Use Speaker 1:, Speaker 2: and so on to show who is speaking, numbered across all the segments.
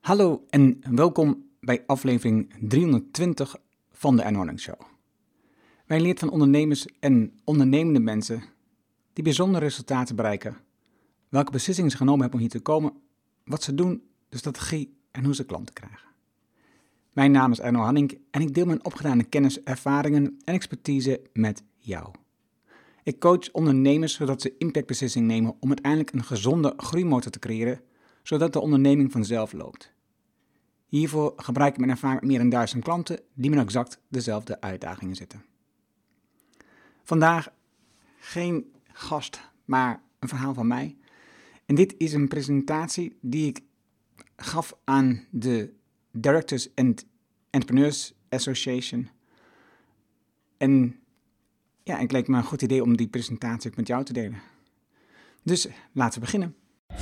Speaker 1: Hallo en welkom bij aflevering 320 van de Erno Hadding Show. Wij leert van ondernemers en ondernemende mensen die bijzondere resultaten bereiken, welke beslissingen ze genomen hebben om hier te komen, wat ze doen, de strategie en hoe ze klanten krijgen. Mijn naam is Erno Hadding en ik deel mijn opgedane kennis, ervaringen en expertise met jou. Ik coach ondernemers zodat ze impactbeslissingen nemen om uiteindelijk een gezonde groeimotor te creëren, zodat de onderneming vanzelf loopt. Hiervoor gebruik ik mijn ervaring met meer dan 1000 klanten die met exact dezelfde uitdagingen zitten. Vandaag geen gast, maar een verhaal van mij. En dit is een presentatie die ik gaf aan de Directors and Entrepreneurs Association. En ja, het leek me een goed idee om die presentatie ook met jou te delen. Dus laten we beginnen.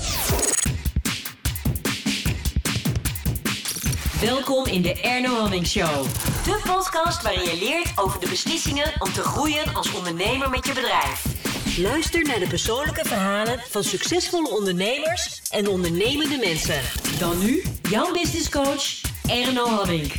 Speaker 2: Welkom in de Erno Hadding Show. De podcast waarin je leert over de beslissingen om te groeien als ondernemer met je bedrijf. Luister naar de persoonlijke verhalen van succesvolle ondernemers en ondernemende mensen. Dan nu, jouw business coach, Erno Hadding.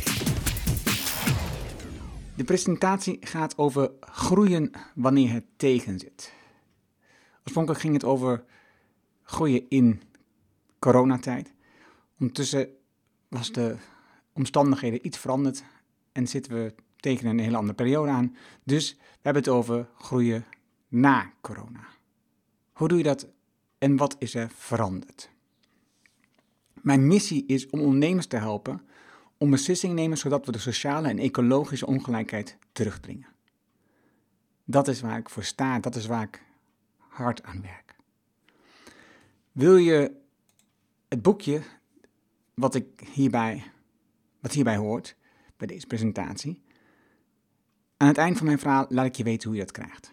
Speaker 1: De presentatie gaat over groeien wanneer het tegen zit. Oorspronkelijk ging het over groeien in coronatijd. Ondertussen was de omstandigheden iets veranderd en zitten we tegen een hele andere periode aan. Dus we hebben het over groeien na corona. Hoe doe je dat en wat is er veranderd? Mijn missie is om ondernemers te helpen om beslissingen te nemen zodat we de sociale en ecologische ongelijkheid terugdringen. Dat is waar ik voor sta, dat is waar ik hard aan werk. Wil je het boekje wat hierbij hoort, bij deze presentatie? Aan het eind van mijn verhaal laat ik je weten hoe je dat krijgt.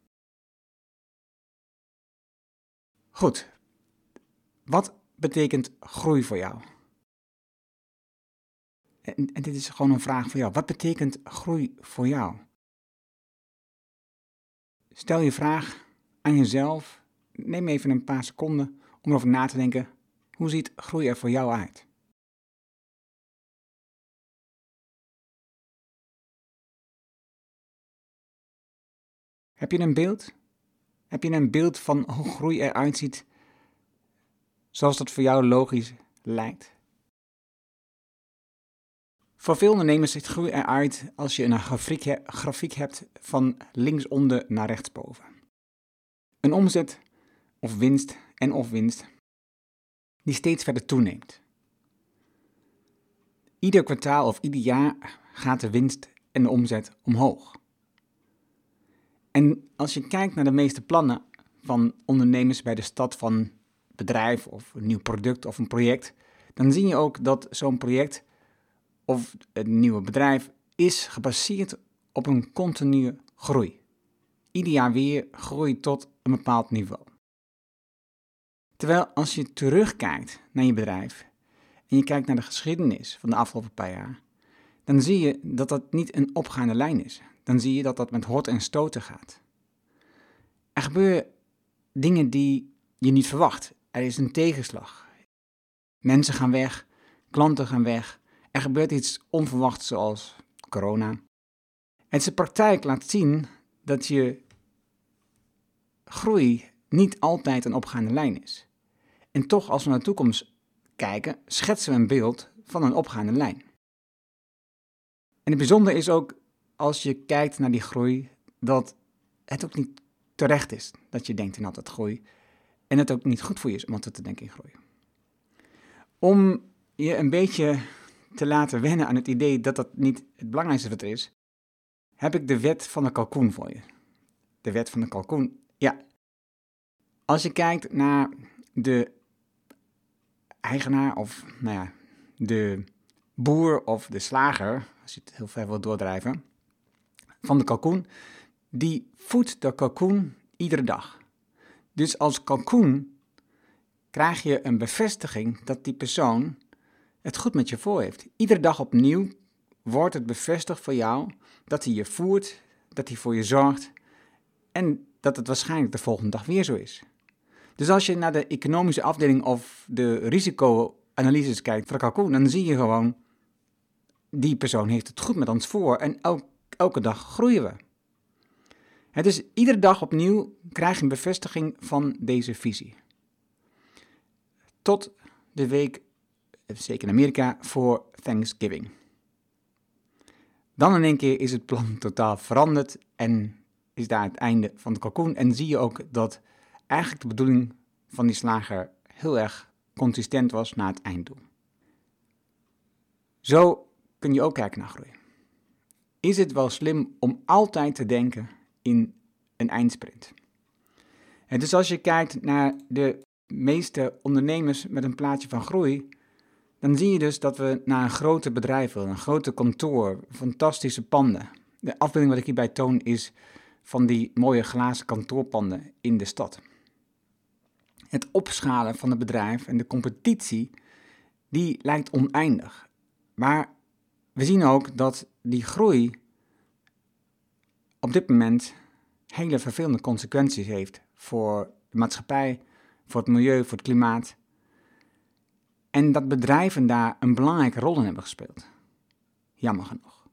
Speaker 1: Goed, wat betekent groei voor jou? En dit is gewoon een vraag voor jou. Wat betekent groei voor jou? Stel je vraag aan jezelf. Neem even een paar seconden om erover na te denken. Hoe ziet groei er voor jou uit? Heb je een beeld? Heb je een beeld van hoe groei eruit ziet, zoals dat voor jou logisch lijkt? Voor veel ondernemers ziet groei eruit als je een grafiek hebt van linksonder naar rechtsboven. Een omzet of winst die steeds verder toeneemt. Ieder kwartaal of ieder jaar gaat de winst en de omzet omhoog. En als je kijkt naar de meeste plannen van ondernemers bij de start van een bedrijf of een nieuw product of een project, dan zie je ook dat zo'n project of een nieuwe bedrijf is gebaseerd op een continue groei. Ieder jaar weer groei tot een bepaald niveau. Terwijl als je terugkijkt naar je bedrijf en je kijkt naar de geschiedenis van de afgelopen paar jaar, dan zie je dat dat niet een opgaande lijn is. Dan zie je dat dat met horten en stoten gaat. Er gebeuren dingen die je niet verwacht. Er is een tegenslag. Mensen gaan weg, klanten gaan weg. Er gebeurt iets onverwachts zoals corona. En de praktijk laat zien dat je groei niet altijd een opgaande lijn is. En toch, als we naar de toekomst kijken, schetsen we een beeld van een opgaande lijn. En het bijzondere is ook, als je kijkt naar die groei, dat het ook niet terecht is dat je denkt in altijd groei. En het ook niet goed voor je is om altijd te denken in groei. Om je een beetje te laten wennen aan het idee dat dat niet het belangrijkste wat er is, heb ik de wet van de kalkoen voor je. De wet van de kalkoen, ja. Als je kijkt naar de eigenaar of de boer of de slager, als je het heel ver wilt doordrijven, van de kalkoen, die voedt de kalkoen iedere dag. Dus als kalkoen krijg je een bevestiging dat die persoon het goed met je voor heeft. Iedere dag opnieuw wordt het bevestigd voor jou dat hij je voert, dat hij voor je zorgt en dat het waarschijnlijk de volgende dag weer zo is. Dus als je naar de economische afdeling of de analyses kijkt voor de kalkoen, dan zie je gewoon, die persoon heeft het goed met ons voor en elke dag groeien we. Het is iedere dag opnieuw krijg je een bevestiging van deze visie. Tot de week, zeker in Amerika, voor Thanksgiving. Dan in één keer is het plan totaal veranderd en is daar het einde van de kalkoen. En zie je ook dat eigenlijk de bedoeling van die slager heel erg consistent was naar het einddoel. Zo kun je ook kijken naar groei. Is het wel slim om altijd te denken in een eindsprint? En dus als je kijkt naar de meeste ondernemers met een plaatje van groei, dan zie je dus dat we naar een grote bedrijf willen, een grote kantoor, fantastische panden. De afbeelding wat ik hierbij toon is van die mooie glazen kantoorpanden in de stad. Het opschalen van het bedrijf en de competitie, die lijkt oneindig. Maar we zien ook dat die groei op dit moment hele vervelende consequenties heeft voor de maatschappij, voor het milieu, voor het klimaat. En dat bedrijven daar een belangrijke rol in hebben gespeeld. Jammer genoeg.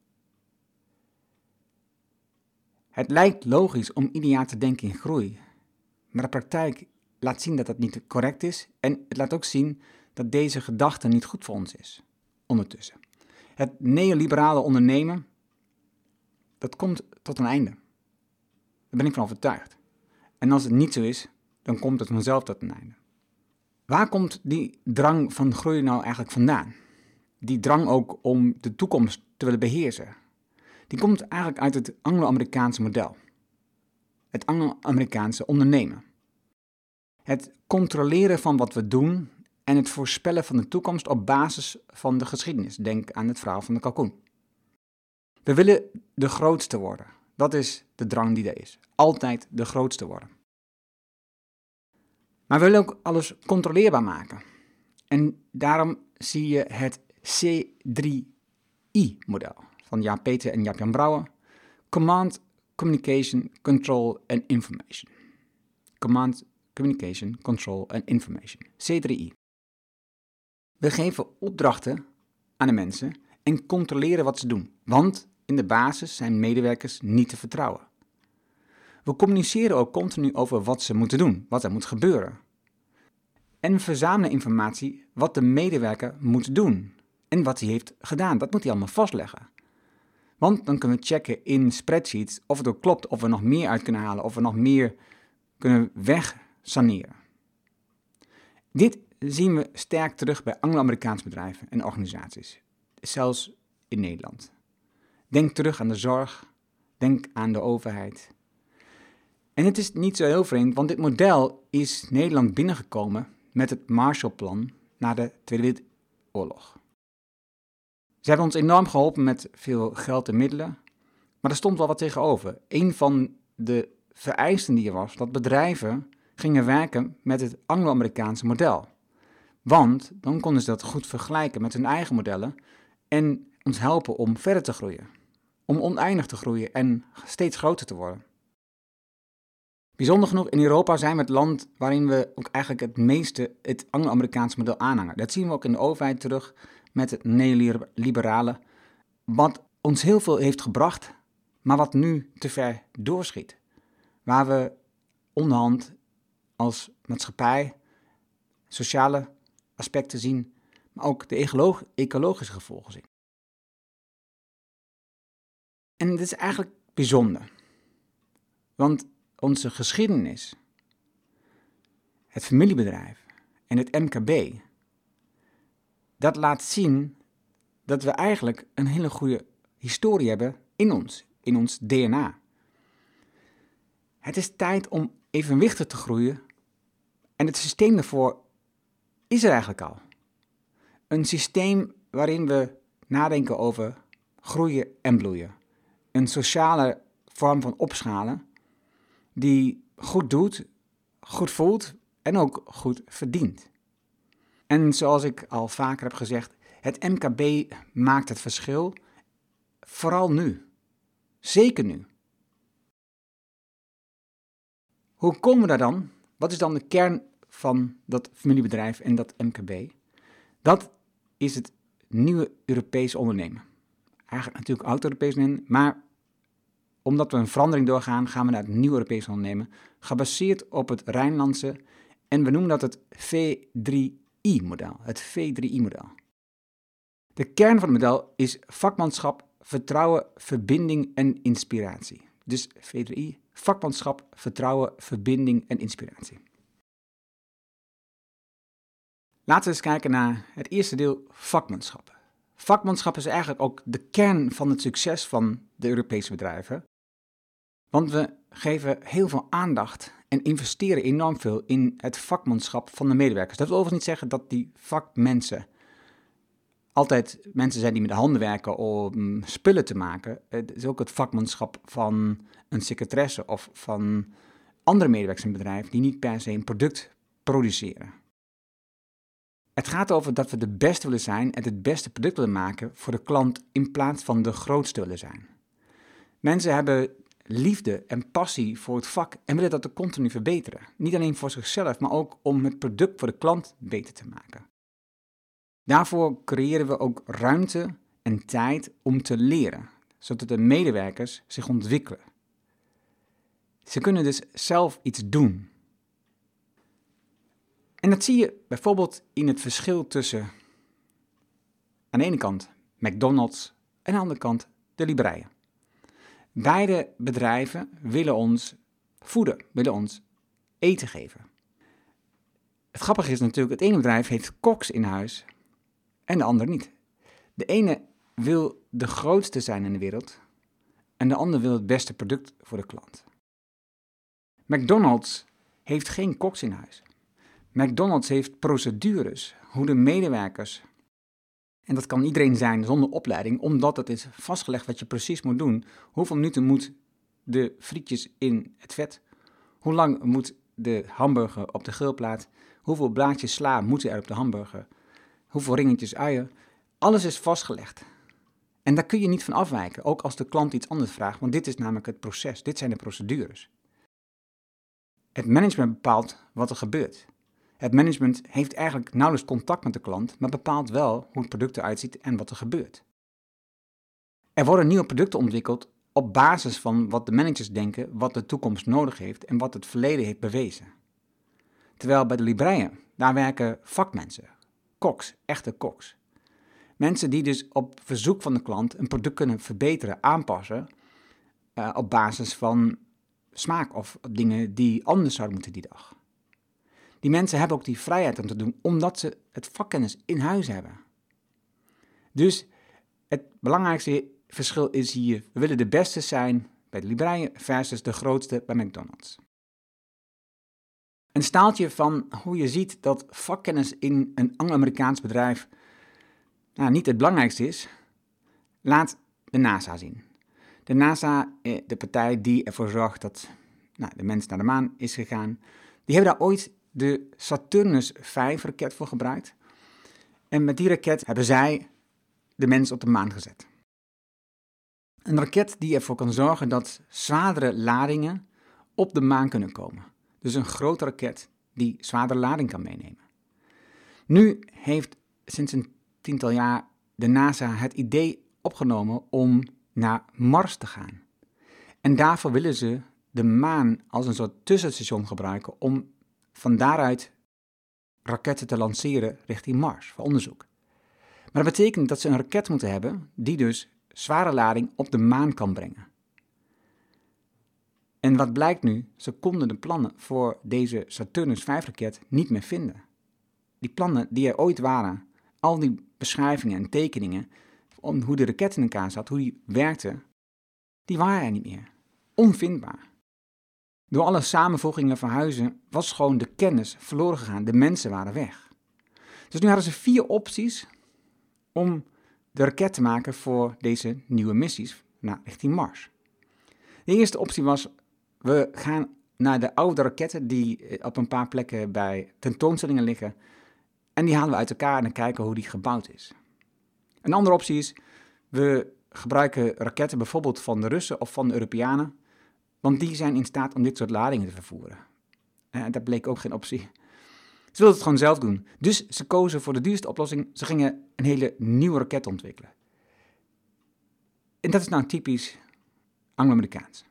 Speaker 1: Het lijkt logisch om ieder jaar te denken in groei, maar de praktijk laat zien dat dat niet correct is en het laat ook zien dat deze gedachte niet goed voor ons is, ondertussen. Het neoliberale ondernemen, dat komt tot een einde. Daar ben ik van overtuigd. En als het niet zo is, dan komt het vanzelf tot een einde. Waar komt die drang van groei nou eigenlijk vandaan? Die drang ook om de toekomst te willen beheersen. Die komt eigenlijk uit het Anglo-Amerikaanse model. Het Anglo-Amerikaanse ondernemen. Het controleren van wat we doen en het voorspellen van de toekomst op basis van de geschiedenis. Denk aan het verhaal van de kalkoen. We willen de grootste worden. Dat is de drang die er is. Altijd de grootste worden. Maar we willen ook alles controleerbaar maken. En daarom zie je het C3I-model van Jaap Peter en Jaap-Jan Brouwer. Command, Communication, Control and Information. Command, Communication, Control and Information. C3I. We geven opdrachten aan de mensen en controleren wat ze doen. Want in de basis zijn medewerkers niet te vertrouwen. We communiceren ook continu over wat ze moeten doen, wat er moet gebeuren. En we verzamelen informatie wat de medewerker moet doen en wat hij heeft gedaan. Dat moet hij allemaal vastleggen. Want dan kunnen we checken in spreadsheets of het ook klopt, of we nog meer uit kunnen halen, of we nog meer kunnen wegsaneren. Dit zien we sterk terug bij Anglo-Amerikaanse bedrijven en organisaties, zelfs in Nederland. Denk terug aan de zorg, denk aan de overheid. En het is niet zo heel vreemd, want dit model is Nederland binnengekomen met het Marshallplan na de Tweede Wereldoorlog. Ze hebben ons enorm geholpen met veel geld en middelen, maar er stond wel wat tegenover. Een van de vereisten die er was, dat bedrijven gingen werken met het Anglo-Amerikaanse model. Want dan konden ze dat goed vergelijken met hun eigen modellen en ons helpen om verder te groeien. Om oneindig te groeien en steeds groter te worden. Bijzonder genoeg, in Europa zijn we het land waarin we ook eigenlijk het meeste het Anglo-Amerikaanse model aanhangen. Dat zien we ook in de overheid terug met het neoliberale, wat ons heel veel heeft gebracht, maar wat nu te ver doorschiet. Waar we onderhand als maatschappij sociale aspecten zien, maar ook de ecologische gevolgen zien. En dit is eigenlijk bijzonder, want onze geschiedenis, het familiebedrijf en het MKB, dat laat zien dat we eigenlijk een hele goede historie hebben in ons DNA. Het is tijd om evenwichtig te groeien en het systeem daarvoor is er eigenlijk al. Een systeem waarin we nadenken over groeien en bloeien. Een sociale vorm van opschalen die goed doet, goed voelt en ook goed verdient. En zoals ik al vaker heb gezegd, het MKB maakt het verschil, vooral nu. Zeker nu. Hoe komen we daar dan? Wat is dan de kern van dat familiebedrijf en dat MKB? Dat is het nieuwe Europese ondernemen. Eigenlijk natuurlijk oud-Europees ondernemen, maar omdat we een verandering doorgaan, gaan we naar het nieuwe Europese ondernemen, gebaseerd op het Rijnlandse, en we noemen dat het V3I-model. Het V3I-model. De kern van het model is vakmanschap, vertrouwen, verbinding en inspiratie. Dus V3I, vakmanschap, vertrouwen, verbinding en inspiratie. Laten we eens kijken naar het eerste deel, vakmanschap. Vakmanschap is eigenlijk ook de kern van het succes van de Europese bedrijven. Want we geven heel veel aandacht en investeren enorm veel in het vakmanschap van de medewerkers. Dat wil overigens niet zeggen dat die vakmensen altijd mensen zijn die met de handen werken om spullen te maken. Het is ook het vakmanschap van een secretaresse of van andere medewerkers in het bedrijf die niet per se een product produceren. Het gaat over dat we de beste willen zijn en het beste product willen maken voor de klant in plaats van de grootste willen zijn. Mensen hebben liefde en passie voor het vak en willen dat continu verbeteren. Niet alleen voor zichzelf, maar ook om het product voor de klant beter te maken. Daarvoor creëren we ook ruimte en tijd om te leren, zodat de medewerkers zich ontwikkelen. Ze kunnen dus zelf iets doen. En dat zie je bijvoorbeeld in het verschil tussen aan de ene kant McDonald's en aan de andere kant de Libraïen. Beide bedrijven willen ons voeden, willen ons eten geven. Het grappige is natuurlijk, het ene bedrijf heeft koks in huis en de ander niet. De ene wil de grootste zijn in de wereld en de ander wil het beste product voor de klant. McDonald's heeft geen koks in huis. McDonald's heeft procedures, hoe de medewerkers, en dat kan iedereen zijn zonder opleiding, omdat het is vastgelegd wat je precies moet doen. Hoeveel minuten moet de frietjes in het vet? Hoe lang moet de hamburger op de grillplaat? Hoeveel blaadjes sla moeten er op de hamburger? Hoeveel ringetjes uien? Alles is vastgelegd. En daar kun je niet van afwijken, ook als de klant iets anders vraagt, want dit is namelijk het proces, dit zijn de procedures. Het management bepaalt wat er gebeurt. Het management heeft eigenlijk nauwelijks contact met de klant, maar bepaalt wel hoe het product eruit ziet en wat er gebeurt. Er worden nieuwe producten ontwikkeld op basis van wat de managers denken, wat de toekomst nodig heeft en wat het verleden heeft bewezen. Terwijl bij de Libraïen, daar werken vakmensen, koks, echte koks. Mensen die dus op verzoek van de klant een product kunnen verbeteren, aanpassen, op basis van smaak of dingen die anders zouden moeten die dag. Die mensen hebben ook die vrijheid om te doen, omdat ze het vakkennis in huis hebben. Dus het belangrijkste verschil is hier, we willen de beste zijn bij de Libraïen versus de grootste bij McDonald's. Een staaltje van hoe je ziet dat vakkennis in een Anglo-Amerikaans bedrijf niet het belangrijkste is, laat de NASA zien. De NASA, de partij die ervoor zorgt dat de mens naar de maan is gegaan, die hebben daar ooit de Saturnus V-raket voor gebruikt. En met die raket hebben zij de mens op de maan gezet. Een raket die ervoor kan zorgen dat zwaardere ladingen op de maan kunnen komen. Dus een grote raket die zwaardere lading kan meenemen. Nu heeft sinds een 10-tal jaar de NASA het idee opgenomen om naar Mars te gaan. En daarvoor willen ze de maan als een soort tussenstation gebruiken om van daaruit raketten te lanceren richting Mars voor onderzoek. Maar dat betekent dat ze een raket moeten hebben die dus zware lading op de maan kan brengen. En wat blijkt nu? Ze konden de plannen voor deze Saturnus V-raket niet meer vinden. Die plannen die er ooit waren, al die beschrijvingen en tekeningen om hoe de raket in elkaar zat, hoe die werkte, die waren er niet meer. Onvindbaar. Door alle samenvoegingen van huizen was gewoon de kennis verloren gegaan. De mensen waren weg. Dus nu hadden ze 4 opties om de raket te maken voor deze nieuwe missies richting Mars. De eerste optie was, we gaan naar de oude raketten die op een paar plekken bij tentoonstellingen liggen. En die halen we uit elkaar en dan kijken hoe die gebouwd is. Een andere optie is, we gebruiken raketten bijvoorbeeld van de Russen of van de Europeanen. Want die zijn in staat om dit soort ladingen te vervoeren. Dat bleek ook geen optie. Ze wilden het gewoon zelf doen. Dus ze kozen voor de duurste oplossing. Ze gingen een hele nieuwe raket ontwikkelen. En dat is nou typisch Anglo-Amerikaans.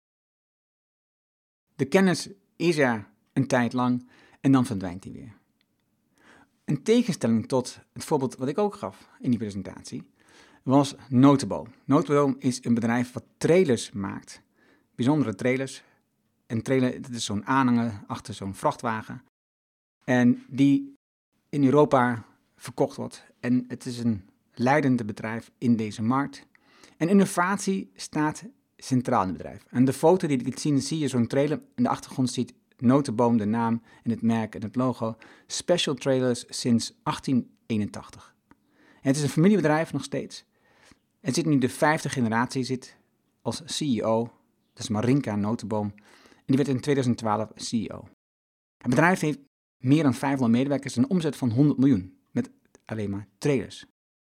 Speaker 1: De kennis is er een tijd lang en dan verdwijnt die weer. Een tegenstelling tot het voorbeeld wat ik ook gaf in die presentatie was Noteboom. Noteboom is een bedrijf wat trailers maakt. Bijzondere trailers. Een trailer, dat is zo'n aanhanger achter zo'n vrachtwagen. En die in Europa verkocht wordt. En het is een leidende bedrijf in deze markt. En innovatie staat centraal in het bedrijf. En de foto die ik liet zien, zie je zo'n trailer. In de achtergrond ziet Noteboom, de naam en het merk en het logo. Special Trailers sinds 1881. En het is een familiebedrijf nog steeds. Het zit nu de 5e generatie, zit als CEO. Dat is Marinka Noteboom. En die werd in 2012 CEO. Het bedrijf heeft meer dan 500 medewerkers en een omzet van 100 miljoen. Met alleen maar trailers.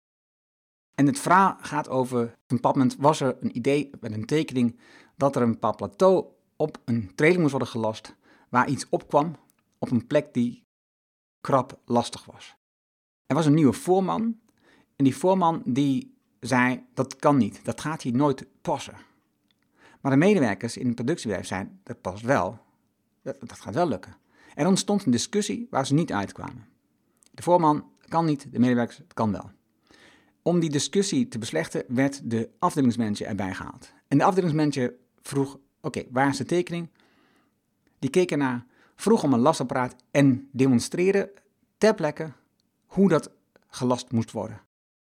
Speaker 1: En het verhaal gaat over, op een bepaald moment was er een idee met een tekening dat er een bepaald plateau op een trailer moest worden gelast, waar iets opkwam op een plek die krap lastig was. Er was een nieuwe voorman en die voorman die zei, dat kan niet, dat gaat hier nooit passen. Maar de medewerkers in het productiebedrijf zeiden, dat past wel, dat gaat wel lukken. Er ontstond een discussie waar ze niet uitkwamen. De voorman kan niet, de medewerkers, het kan wel. Om die discussie te beslechten werd de afdelingsmanager erbij gehaald. En de afdelingsmanager vroeg, oké, waar is de tekening? Die keek ernaar, vroeg om een lasapparaat en demonstreerde ter plekke hoe dat gelast moest worden.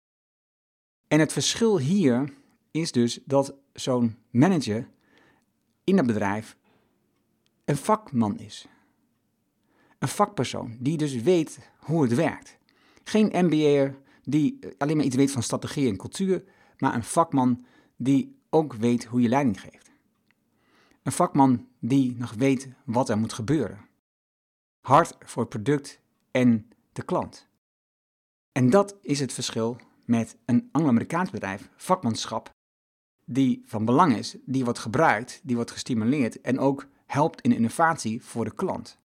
Speaker 1: En het verschil hier is dus dat zo'n manager in dat bedrijf een vakman is. Een vakpersoon die dus weet hoe het werkt. Geen MBA'er die alleen maar iets weet van strategie en cultuur, maar een vakman die ook weet hoe je leiding geeft. Een vakman die nog weet wat er moet gebeuren. Hard voor het product en de klant. En dat is het verschil met een Anglo-Amerikaans bedrijf, vakmanschap, die van belang is, die wordt gebruikt, die wordt gestimuleerd en ook helpt in innovatie voor de klant.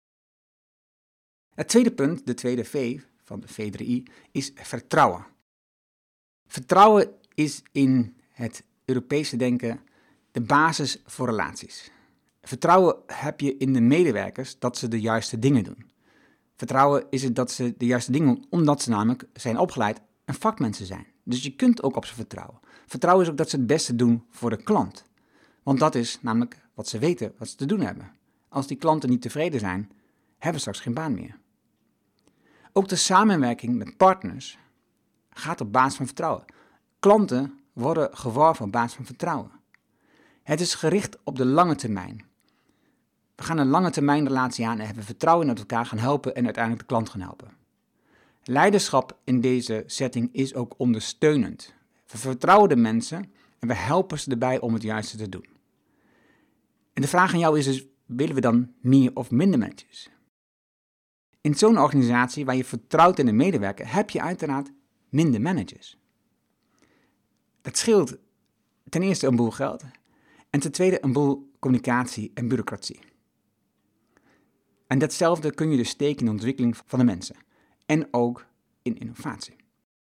Speaker 1: Het tweede punt, de tweede V van de V3I, is vertrouwen. Vertrouwen is in het Europese denken de basis voor relaties. Vertrouwen heb je in de medewerkers dat ze de juiste dingen doen. Vertrouwen is het dat ze de juiste dingen doen, omdat ze namelijk zijn opgeleid en vakmensen zijn. Dus je kunt ook op ze vertrouwen. Vertrouwen is ook dat ze het beste doen voor de klant. Want dat is namelijk wat ze weten, wat ze te doen hebben. Als die klanten niet tevreden zijn, hebben we straks geen baan meer. Ook de samenwerking met partners gaat op basis van vertrouwen. Klanten worden geworven op basis van vertrouwen. Het is gericht op de lange termijn. We gaan een lange termijn relatie aan en hebben vertrouwen in elkaar gaan helpen en uiteindelijk de klant gaan helpen. Leiderschap in deze setting is ook ondersteunend. We vertrouwen de mensen en we helpen ze erbij om het juiste te doen. En de vraag aan jou is dus, willen we dan meer of minder managers? In zo'n organisatie waar je vertrouwt in de medewerker, heb je uiteraard minder managers. Dat scheelt ten eerste een boel geld en ten tweede een boel communicatie en bureaucratie. En datzelfde kun je dus steken in de ontwikkeling van de mensen en ook in innovatie.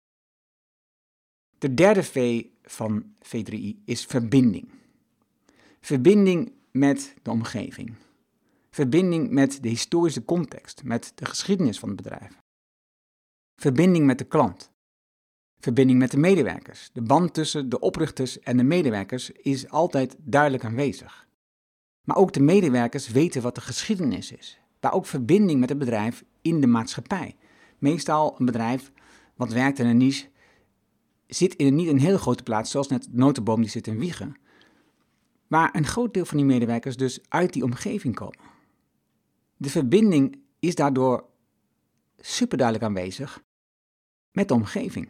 Speaker 1: De derde V van V3I is verbinding. Verbinding met de omgeving. Verbinding met de historische context, met de geschiedenis van het bedrijf. Verbinding met de klant. Verbinding met de medewerkers. De band tussen de oprichters en de medewerkers is altijd duidelijk aanwezig. Maar ook de medewerkers weten wat de geschiedenis is. Maar ook verbinding met het bedrijf in de maatschappij. Meestal een bedrijf wat werkt in een niche zit in niet een heel grote plaats, zoals net Noteboom die zit in Wijchen. Waar een groot deel van die medewerkers dus uit die omgeving komen. De verbinding is daardoor superduidelijk aanwezig met de omgeving.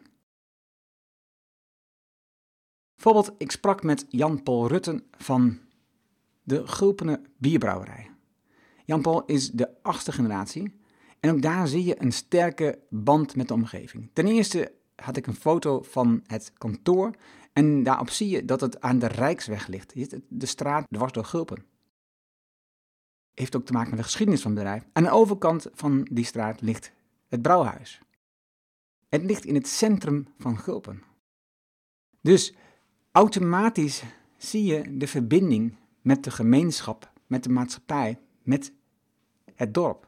Speaker 1: Bijvoorbeeld, ik sprak met Jan-Paul Rutten van de Gulpene Bierbrouwerij. Jan-Paul is de 8e generatie en ook daar zie je een sterke band met de omgeving. Ten eerste had ik een foto van het kantoor en daarop zie je dat het aan de Rijksweg ligt. De straat dwars door Gulpen. heeft ook te maken met de geschiedenis van het bedrijf. Aan de overkant van die straat ligt het brouwhuis. Het ligt in het centrum van Gulpen. Dus automatisch zie je de verbinding met de gemeenschap, met de maatschappij, met het dorp.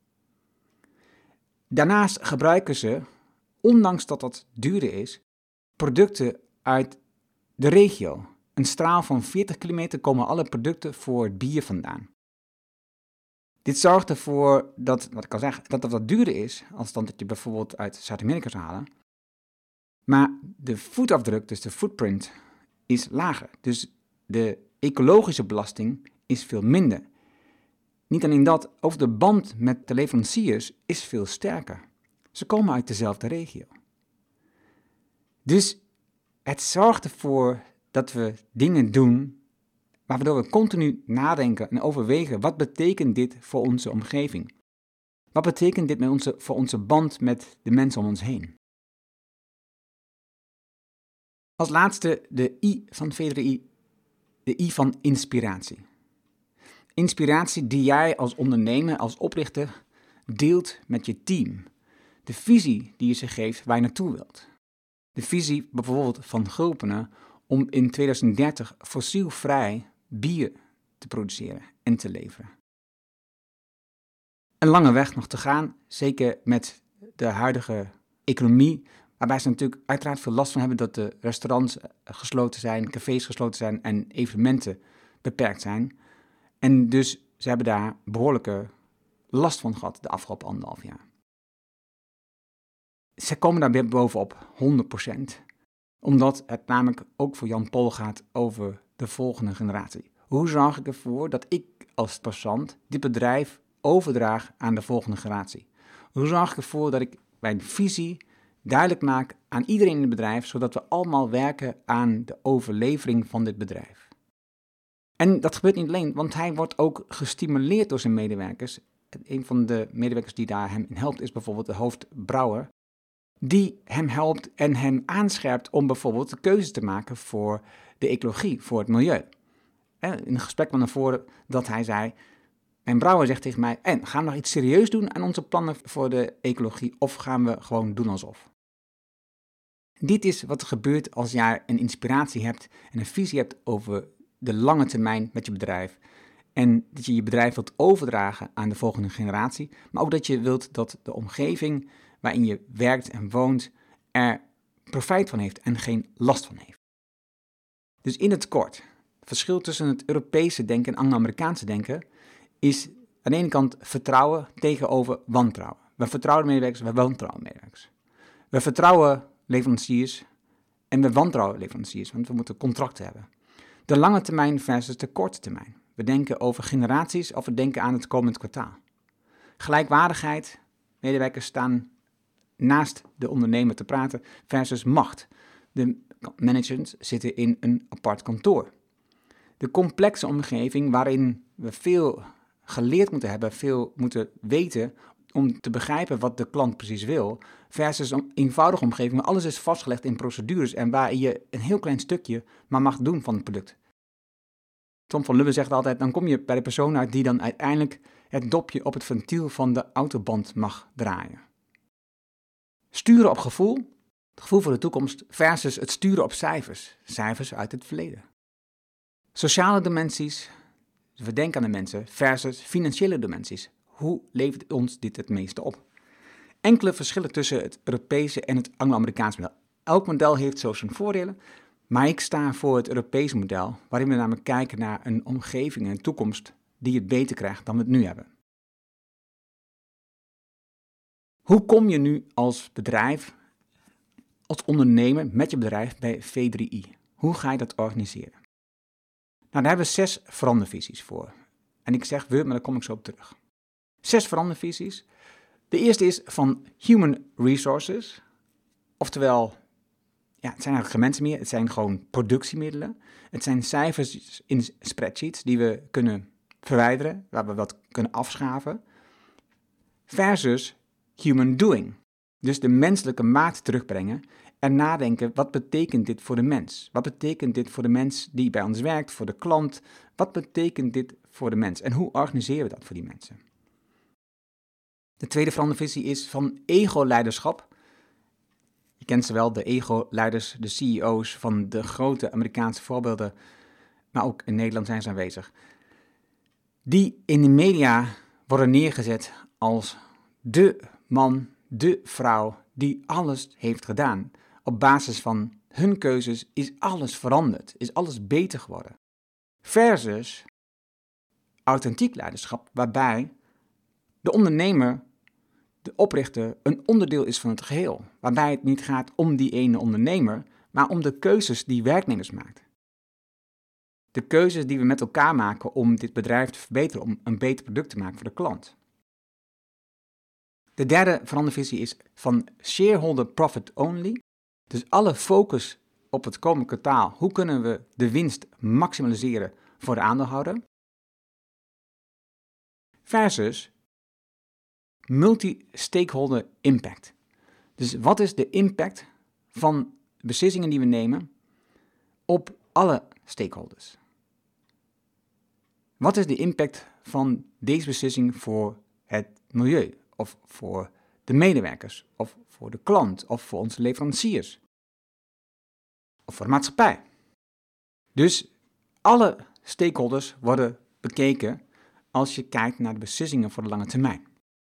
Speaker 1: Daarnaast gebruiken ze, ondanks dat dat duurder is, producten uit de regio. Een straal van 40 kilometer komen alle producten voor het bier vandaan. Dit zorgt ervoor dat, wat ik al zeg, dat het wat duurder is als dan dat je bijvoorbeeld uit Zuid-Amerika zou halen. Maar de voetafdruk, dus de footprint, is lager. Dus de ecologische belasting is veel minder. Niet alleen dat, ook de band met de leveranciers is veel sterker. Ze komen uit dezelfde regio. Dus het zorgt ervoor dat we dingen doen waardoor we continu nadenken en overwegen, wat betekent dit voor onze omgeving? Wat betekent dit voor onze band met de mensen om ons heen? Als laatste de I van V3I, de I van inspiratie. Inspiratie die jij als ondernemer, als oprichter, deelt met je team. De visie die je ze geeft waar je naartoe wilt. De visie bijvoorbeeld van Gulpen om in 2030 fossielvrij bier te produceren en te leveren. Een lange weg nog te gaan, zeker met de huidige economie, waarbij ze natuurlijk uiteraard veel last van hebben dat de restaurants gesloten zijn, cafés gesloten zijn en evenementen beperkt zijn. En dus ze hebben daar behoorlijke last van gehad de afgelopen 1,5 jaar. Ze komen daar weer bovenop, 100%. Omdat het namelijk ook voor Jan Pol gaat over de volgende generatie. Hoe zorg ik ervoor dat ik als passant dit bedrijf overdraag aan de volgende generatie? Hoe zorg ik ervoor dat ik mijn visie duidelijk maak aan iedereen in het bedrijf, zodat we allemaal werken aan de overlevering van dit bedrijf? En dat gebeurt niet alleen, want hij wordt ook gestimuleerd door zijn medewerkers. Een van de medewerkers die daar hem in helpt is bijvoorbeeld de hoofdbrouwer, die hem helpt en hem aanscherpt om bijvoorbeeld de keuze te maken voor de ecologie, voor het milieu. In een gesprek kwam naar voren dat hij zei, mijn brouwer zegt tegen mij, en gaan we nog iets serieus doen aan onze plannen voor de ecologie of gaan we gewoon doen alsof? Dit is wat er gebeurt als jij een inspiratie hebt en een visie hebt over de lange termijn met je bedrijf. En dat je je bedrijf wilt overdragen aan de volgende generatie, maar ook dat je wilt dat de omgeving waarin je werkt en woont er profijt van heeft en geen last van heeft. Dus in het kort, het verschil tussen het Europese denken en Anglo-Amerikaanse denken is aan de ene kant vertrouwen tegenover wantrouwen. We vertrouwen medewerkers, we wantrouwen medewerkers. We vertrouwen leveranciers en we wantrouwen leveranciers, want we moeten contracten hebben. De lange termijn versus de korte termijn. We denken over generaties of we denken aan het komend kwartaal. Gelijkwaardigheid, medewerkers staan naast de ondernemer te praten versus macht. De managers zitten in een apart kantoor. De complexe omgeving waarin we veel geleerd moeten hebben, veel moeten weten om te begrijpen wat de klant precies wil, versus een eenvoudige omgeving waar alles is vastgelegd in procedures en waar je een heel klein stukje maar mag doen van het product. Tom van Lubbe zegt altijd, dan kom je bij de persoon uit die dan uiteindelijk het dopje op het ventiel van de autoband mag draaien. Sturen op gevoel, het gevoel voor de toekomst, versus het sturen op cijfers, cijfers uit het verleden. Sociale dimensies, we denken aan de mensen, versus financiële dimensies. Hoe levert ons dit het meeste op? Enkele verschillen tussen het Europese en het Anglo-Amerikaanse model. Elk model heeft zo zijn voordelen, maar ik sta voor het Europese model, waarin we namelijk kijken naar een omgeving en een toekomst die het beter krijgt dan we het nu hebben. Hoe kom je nu als bedrijf, als ondernemer met je bedrijf bij V3I? Hoe ga je dat organiseren? Nou, daar hebben we 6 verandervisies voor. En ik zeg we, maar daar kom ik zo op terug. 6 verandervisies. De eerste is van human resources. Oftewel, ja, het zijn eigenlijk geen mensen meer. Het zijn gewoon productiemiddelen. Het zijn cijfers in spreadsheets die we kunnen verwijderen, waar we wat kunnen afschaven. Versus human doing. Dus de menselijke maat terugbrengen en nadenken, wat betekent dit voor de mens? Wat betekent dit voor de mens die bij ons werkt, voor de klant? Wat betekent dit voor de mens en hoe organiseren we dat voor die mensen? De tweede verandervisie is van ego-leiderschap. Je kent ze wel, de ego-leiders, de CEO's van de grote Amerikaanse voorbeelden, maar ook in Nederland zijn ze aanwezig. Die in de media worden neergezet als de man, de vrouw die alles heeft gedaan. Op basis van hun keuzes is alles veranderd, is alles beter geworden. Versus authentiek leiderschap, waarbij de ondernemer, de oprichter, een onderdeel is van het geheel. Waarbij het niet gaat om die ene ondernemer, maar om de keuzes die werknemers maakt. De keuzes die we met elkaar maken om dit bedrijf te verbeteren, om een beter product te maken voor de klant. De derde verandervisie is van shareholder profit only. Dus alle focus op het komende kwartaal. Hoe kunnen we de winst maximaliseren voor de aandeelhouder? Versus multi-stakeholder impact. Dus wat is de impact van beslissingen die we nemen op alle stakeholders? Wat is de impact van deze beslissing voor het milieu? Of voor de medewerkers? Of voor de klant? Of voor onze leveranciers? Of voor de maatschappij? Dus alle stakeholders worden bekeken als je kijkt naar de beslissingen voor de lange termijn.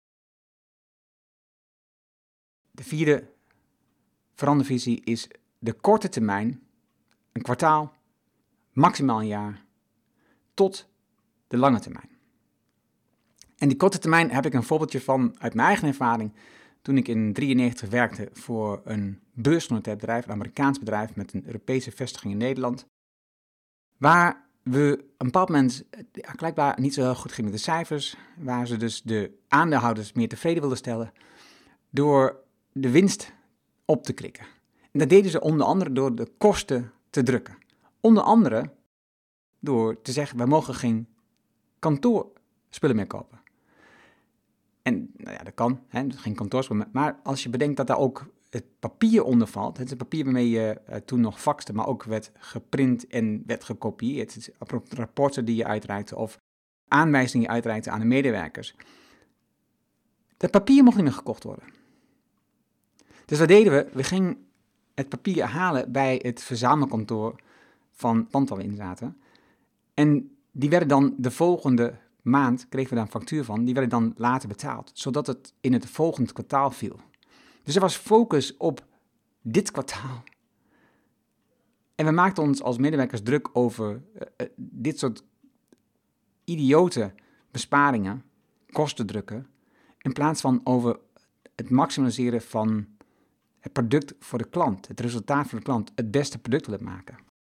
Speaker 1: De vierde verandervisie is de korte termijn, een kwartaal, maximaal een jaar, tot de lange termijn. En die korte termijn heb ik een voorbeeldje van uit mijn eigen ervaring toen ik in 1993 werkte voor een beursgenoteerd bedrijf, een Amerikaans bedrijf met een Europese vestiging in Nederland, waar we op een bepaald moment blijkbaar niet zo heel goed ging met de cijfers, waar ze dus de aandeelhouders meer tevreden wilden stellen door de winst op te klikken. En dat deden ze onder andere door de kosten te drukken. Onder andere door te zeggen, wij mogen geen kantoorspullen meer kopen. En nou ja, dat kan, geen kantoorspullen, maar als je bedenkt dat daar ook het papier onder valt, het is het papier waarmee je toen nog faxte, maar ook werd geprint en werd gekopieerd, het rapporten die je uitreikte of aanwijzingen die je uitreikte aan de medewerkers. Dat papier mocht niet meer gekocht worden. Dus wat deden we? We gingen het papier halen bij het verzamelkantoor van het pand waar we in zaten. En die werden dan de volgende maand, kregen we daar een factuur van, die werden dan later betaald, zodat het in het volgende kwartaal viel. Dus er was focus op dit kwartaal. En we maakten ons als medewerkers druk over dit soort idiote besparingen, kosten drukken, in plaats van over het maximaliseren van het product voor de klant, het resultaat voor de klant, het beste product willen maken.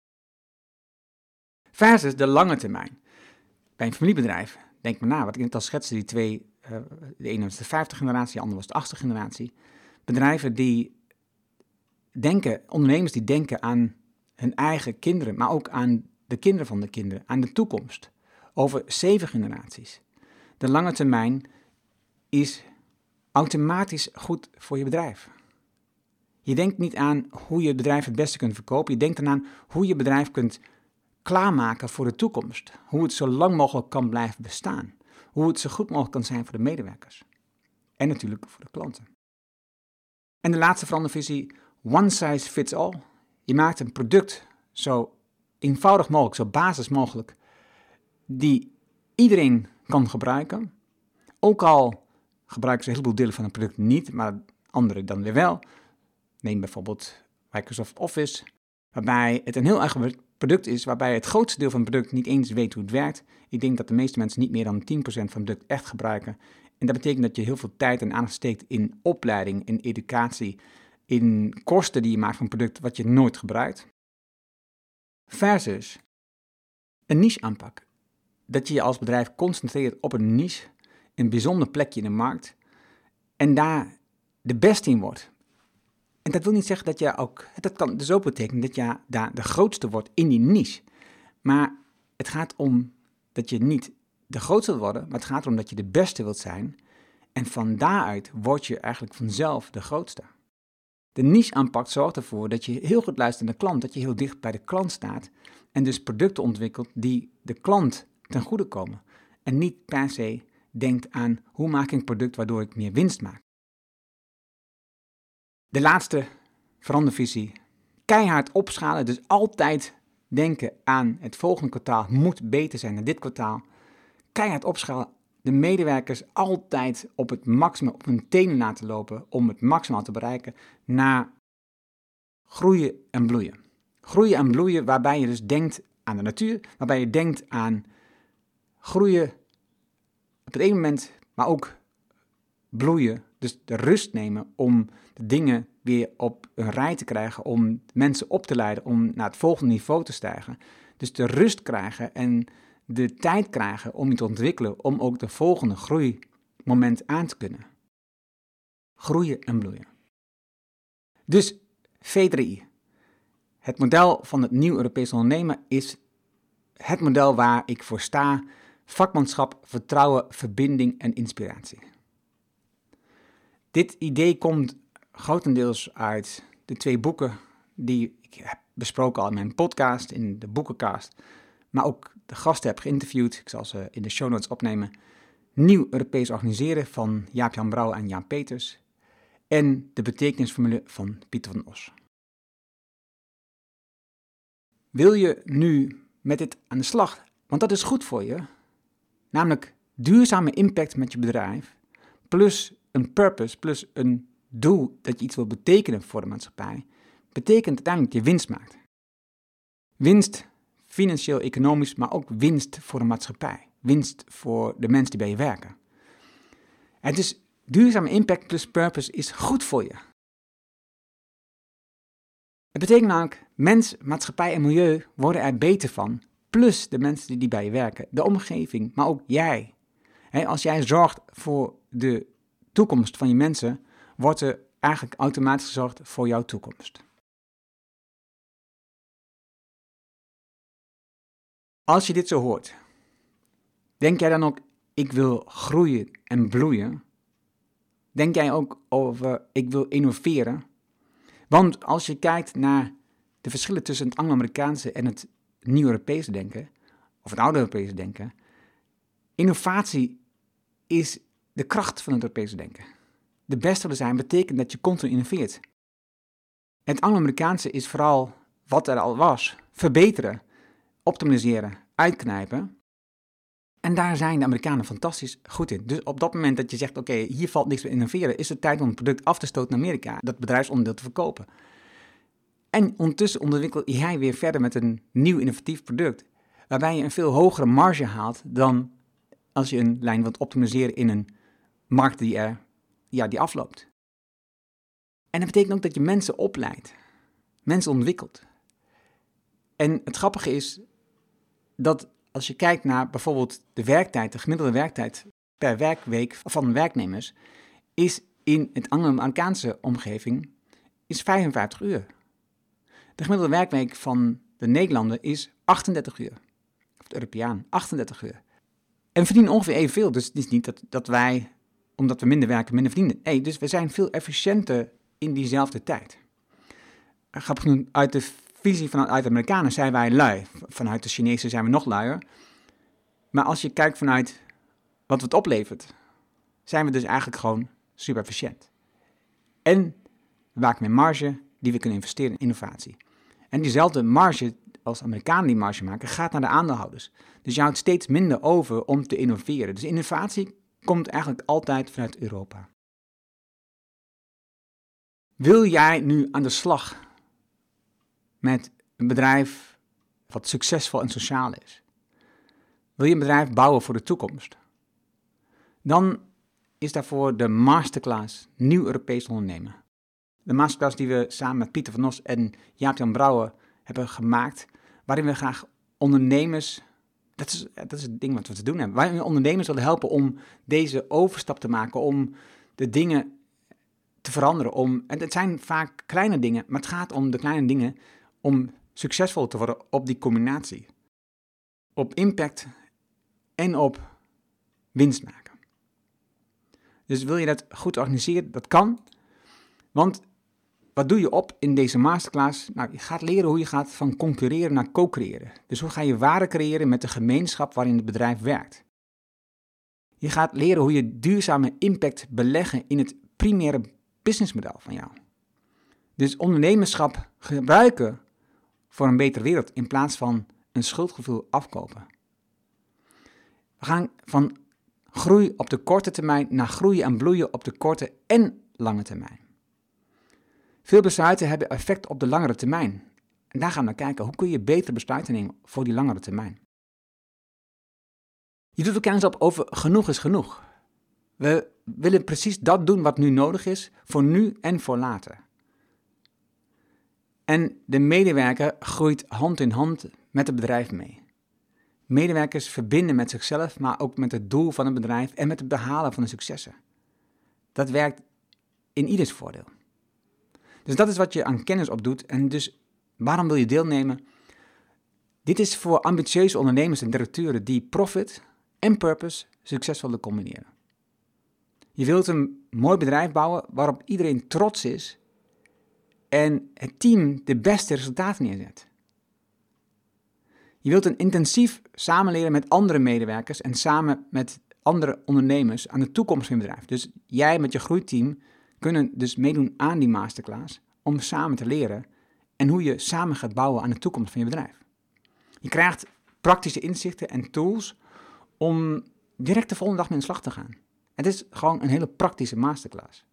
Speaker 1: Versus de lange termijn. Bij een familiebedrijf, denk maar na, wat ik net al schetste, die twee, de ene was de 50 generatie, de andere was de 80 generatie. Bedrijven die denken, ondernemers die denken aan hun eigen kinderen, maar ook aan de kinderen van de kinderen, aan de toekomst. Over 7 generaties. De lange termijn is automatisch goed voor je bedrijf. Je denkt niet aan hoe je het bedrijf het beste kunt verkopen. Je denkt aan hoe je bedrijf kunt klaarmaken voor de toekomst. Hoe het zo lang mogelijk kan blijven bestaan. Hoe het zo goed mogelijk kan zijn voor de medewerkers. En natuurlijk voor de klanten. En de laatste verandervisie, one size fits all. Je maakt een product zo eenvoudig mogelijk, zo basis mogelijk, die iedereen kan gebruiken. Ook al gebruiken ze een heleboel delen van het product niet, maar andere dan weer wel. Neem bijvoorbeeld Microsoft Office, waarbij het een heel eigen product is, waarbij het grootste deel van het product niet eens weet hoe het werkt. Ik denk dat de meeste mensen niet meer dan 10% van het product echt gebruiken. En dat betekent dat je heel veel tijd en aandacht steekt in opleiding, in educatie, in kosten die je maakt van een product wat je nooit gebruikt. Versus een niche aanpak. Dat je je als bedrijf concentreert op een niche, een bijzonder plekje in de markt en daar de beste in wordt. En dat wil niet zeggen dat je ook, dat kan dus ook betekenen dat je daar de grootste wordt in die niche. Maar het gaat om dat je niet de grootste wilt worden, maar het gaat erom dat je de beste wilt zijn. En van daaruit word je eigenlijk vanzelf de grootste. De niche aanpak zorgt ervoor dat je heel goed luistert naar de klant, dat je heel dicht bij de klant staat en dus producten ontwikkelt die de klant ten goede komen. En niet per se denkt aan hoe maak ik een product waardoor ik meer winst maak. De laatste verandervisie. Keihard opschalen, dus altijd denken aan het volgende kwartaal moet beter zijn dan dit kwartaal. Keihard opschalen, de medewerkers altijd op het maximum op hun tenen laten lopen om het maximaal te bereiken naar groeien en bloeien. Groeien en bloeien waarbij je dus denkt aan de natuur, waarbij je denkt aan groeien op het ene moment, maar ook bloeien, dus de rust nemen om de dingen weer op een rij te krijgen, om mensen op te leiden, om naar het volgende niveau te stijgen. Dus de rust krijgen en de tijd krijgen om je te ontwikkelen, om ook de volgende groeimoment aan te kunnen. Groeien en bloeien. Dus V3i. Het model van het nieuw Europees ondernemen is het model waar ik voor sta. Vakmanschap, vertrouwen, verbinding en inspiratie. Dit idee komt grotendeels uit de 2 boeken die ik heb besproken al in mijn podcast, in de boekencast, maar ook de gasten heb geïnterviewd. Ik zal ze in de show notes opnemen. Nieuw Europees organiseren van Jaap-Jan Brouwer en Jaan Peters en de betekenisformule van Pieter van Os. Wil je nu met dit aan de slag? Want dat is goed voor je. Namelijk duurzame impact met je bedrijf, plus een purpose, plus een doel dat je iets wil betekenen voor de maatschappij, betekent uiteindelijk dat je winst maakt. Winst, financieel, economisch, maar ook winst voor de maatschappij. Winst voor de mensen die bij je werken. En dus duurzame impact plus purpose is goed voor je. Het betekent namelijk, mens, maatschappij en milieu worden er beter van, plus de mensen die bij je werken, de omgeving, maar ook jij. Als jij zorgt voor de toekomst van je mensen, wordt er eigenlijk automatisch gezorgd voor jouw toekomst. Als je dit zo hoort, denk jij dan ook, ik wil groeien en bloeien? Denk jij ook over, ik wil innoveren? Want als je kijkt naar de verschillen tussen het Anglo-Amerikaanse en het Nieuw-Europese denken, of het Oude-Europese denken, innovatie is de kracht van het Europese denken. De beste willen zijn betekent dat je continu innoveert. Het Anglo-Amerikaanse is vooral wat er al was, verbeteren, optimaliseren, uitknijpen. En daar zijn de Amerikanen fantastisch goed in. Dus op dat moment dat je zegt, oké, hier valt niks meer innoveren, is het tijd om het product af te stoten naar Amerika, dat bedrijfsonderdeel te verkopen. En ondertussen ontwikkel jij weer verder met een nieuw innovatief product, waarbij je een veel hogere marge haalt dan als je een lijn wilt optimaliseren in een markt die afloopt. En dat betekent ook dat je mensen opleidt, mensen ontwikkelt. En het grappige is dat als je kijkt naar bijvoorbeeld de werktijd, de gemiddelde werktijd per werkweek van werknemers, is in het Anglo-Amerikaanse omgeving is 55 uur. De gemiddelde werkweek van de Nederlander is 38 uur. Of de Europeaan, 38 uur. En we verdienen ongeveer evenveel, dus het is niet dat wij, omdat we minder werken, minder verdienen. Nee, dus we zijn veel efficiënter in diezelfde tijd. Grappig genoeg, uit de visie vanuit de Amerikanen zijn wij lui. Vanuit de Chinezen zijn we nog luier. Maar als je kijkt vanuit wat het oplevert, zijn we dus eigenlijk gewoon super efficiënt. En we maken meer marge die we kunnen investeren in innovatie. En diezelfde marge, als Amerikanen die marge maken, gaat naar de aandeelhouders. Dus je houdt steeds minder over om te innoveren. Dus innovatie komt eigenlijk altijd vanuit Europa. Wil jij nu aan de slag met een bedrijf wat succesvol en sociaal is? Wil je een bedrijf bouwen voor de toekomst? Dan is daarvoor de masterclass Nieuw Europees Ondernemen. De masterclass die we samen met Pieter van Os en Jaap-Jan Brouwer hebben gemaakt, waarin we graag ondernemers, dat is het ding wat we te doen hebben, waarin we ondernemers willen helpen om deze overstap te maken, om de dingen te veranderen. En het zijn vaak kleine dingen, maar het gaat om de kleine dingen om succesvol te worden op die combinatie. Op impact en op winst maken. Dus wil je dat goed organiseren? Dat kan. Want wat doe je op in deze masterclass? Nou, je gaat leren hoe je gaat van concurreren naar co-creëren. Dus hoe ga je waarde creëren met de gemeenschap waarin het bedrijf werkt? Je gaat leren hoe je duurzame impact beleggen in het primaire businessmodel van jou. Dus ondernemerschap gebruiken voor een betere wereld in plaats van een schuldgevoel afkopen. We gaan van groei op de korte termijn naar groeien en bloeien op de korte en lange termijn. Veel besluiten hebben effect op de langere termijn. En daar gaan we naar kijken. Hoe kun je betere besluiten nemen voor die langere termijn? Je doet ook kennis op over genoeg is genoeg. We willen precies dat doen wat nu nodig is, voor nu en voor later. En de medewerker groeit hand in hand met het bedrijf mee. Medewerkers verbinden met zichzelf, maar ook met het doel van het bedrijf en met het behalen van de successen. Dat werkt in ieders voordeel. Dus dat is wat je aan kennis opdoet. En dus waarom wil je deelnemen? Dit is voor ambitieuze ondernemers en directeuren die profit en purpose succesvol willen combineren. Je wilt een mooi bedrijf bouwen waarop iedereen trots is en het team de beste resultaten neerzet. Je wilt een intensief samenleren met andere medewerkers en samen met andere ondernemers aan de toekomst van je bedrijf. Dus jij met je groeiteam kunnen dus meedoen aan die masterclass om samen te leren en hoe je samen gaat bouwen aan de toekomst van je bedrijf. Je krijgt praktische inzichten en tools om direct de volgende dag mee aan de slag te gaan. Het is gewoon een hele praktische masterclass.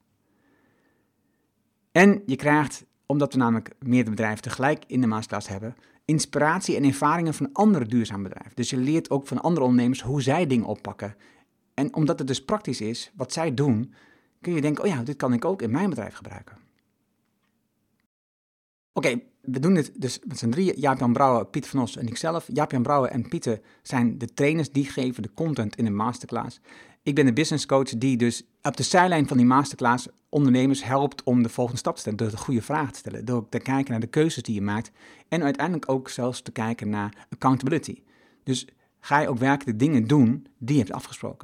Speaker 1: En je krijgt, omdat we namelijk meerdere bedrijven tegelijk in de masterclass hebben, inspiratie en ervaringen van andere duurzame bedrijven. Dus je leert ook van andere ondernemers hoe zij dingen oppakken. En omdat het dus praktisch is, wat zij doen, kun je denken, oh ja, dit kan ik ook in mijn bedrijf gebruiken. Oké, we doen dit dus met z'n drieën. Jaap-Jan Brouwer, Pieter van Os en ikzelf. Jaap-Jan Brouwer en Pieter zijn de trainers die geven de content in de masterclass. Ik ben de business coach die dus op de zijlijn van die masterclass ondernemers helpt om de volgende stap te stellen. Door de goede vragen te stellen, door te kijken naar de keuzes die je maakt. En uiteindelijk ook zelfs te kijken naar accountability. Dus ga je ook werkelijk de dingen doen die je hebt afgesproken.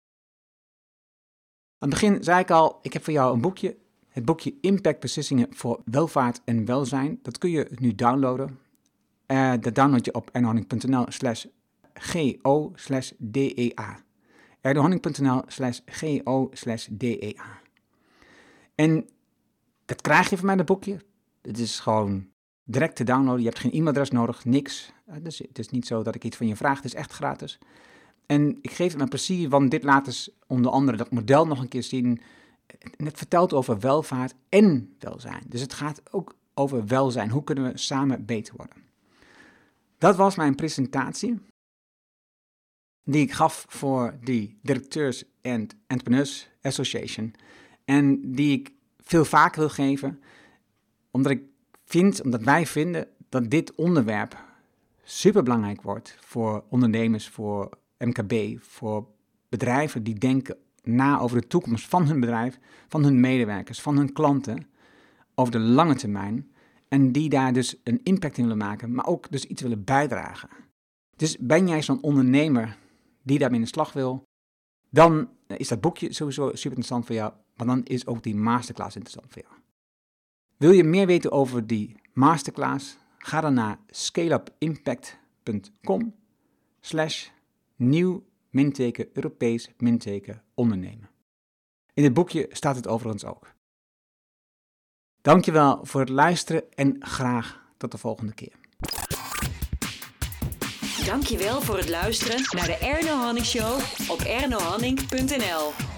Speaker 1: Aan het begin zei ik al, ik heb voor jou een boekje. Het boekje Impact Beslissingen voor Welvaart en Welzijn. Dat kun je nu downloaden. Dat download je op ernohanning.nl/go/dea. ernohanning.nl/go/dea. En dat krijg je van mij, dat boekje. Het is gewoon direct te downloaden. Je hebt geen e-mailadres nodig, niks. Dus het is niet zo dat ik iets van je vraag. Het is echt gratis. En ik geef het met plezier, want dit laat dus onder andere dat model nog een keer zien. En het vertelt over welvaart en welzijn. Dus het gaat ook over welzijn. Hoe kunnen we samen beter worden? Dat was mijn presentatie die ik gaf voor de Directeurs and Entrepreneurs Association. En die ik veel vaker wil geven, omdat wij vinden dat dit onderwerp superbelangrijk wordt voor ondernemers, voor MKB, voor bedrijven die denken na over de toekomst van hun bedrijf, van hun medewerkers, van hun klanten, over de lange termijn. En die daar dus een impact in willen maken, maar ook dus iets willen bijdragen. Dus ben jij zo'n ondernemer die daarmee in de slag wil, dan is dat boekje sowieso super interessant voor jou, maar dan is ook die masterclass interessant voor jou. Wil je meer weten over die masterclass? Ga dan naar scaleup-impact.com/nieuw-Europees-ondernemen. In dit boekje staat het overigens ook. Dankjewel voor het luisteren en graag tot de volgende keer.
Speaker 2: Dankjewel voor het luisteren naar de Erno Hanning Show op ernohanning.nl.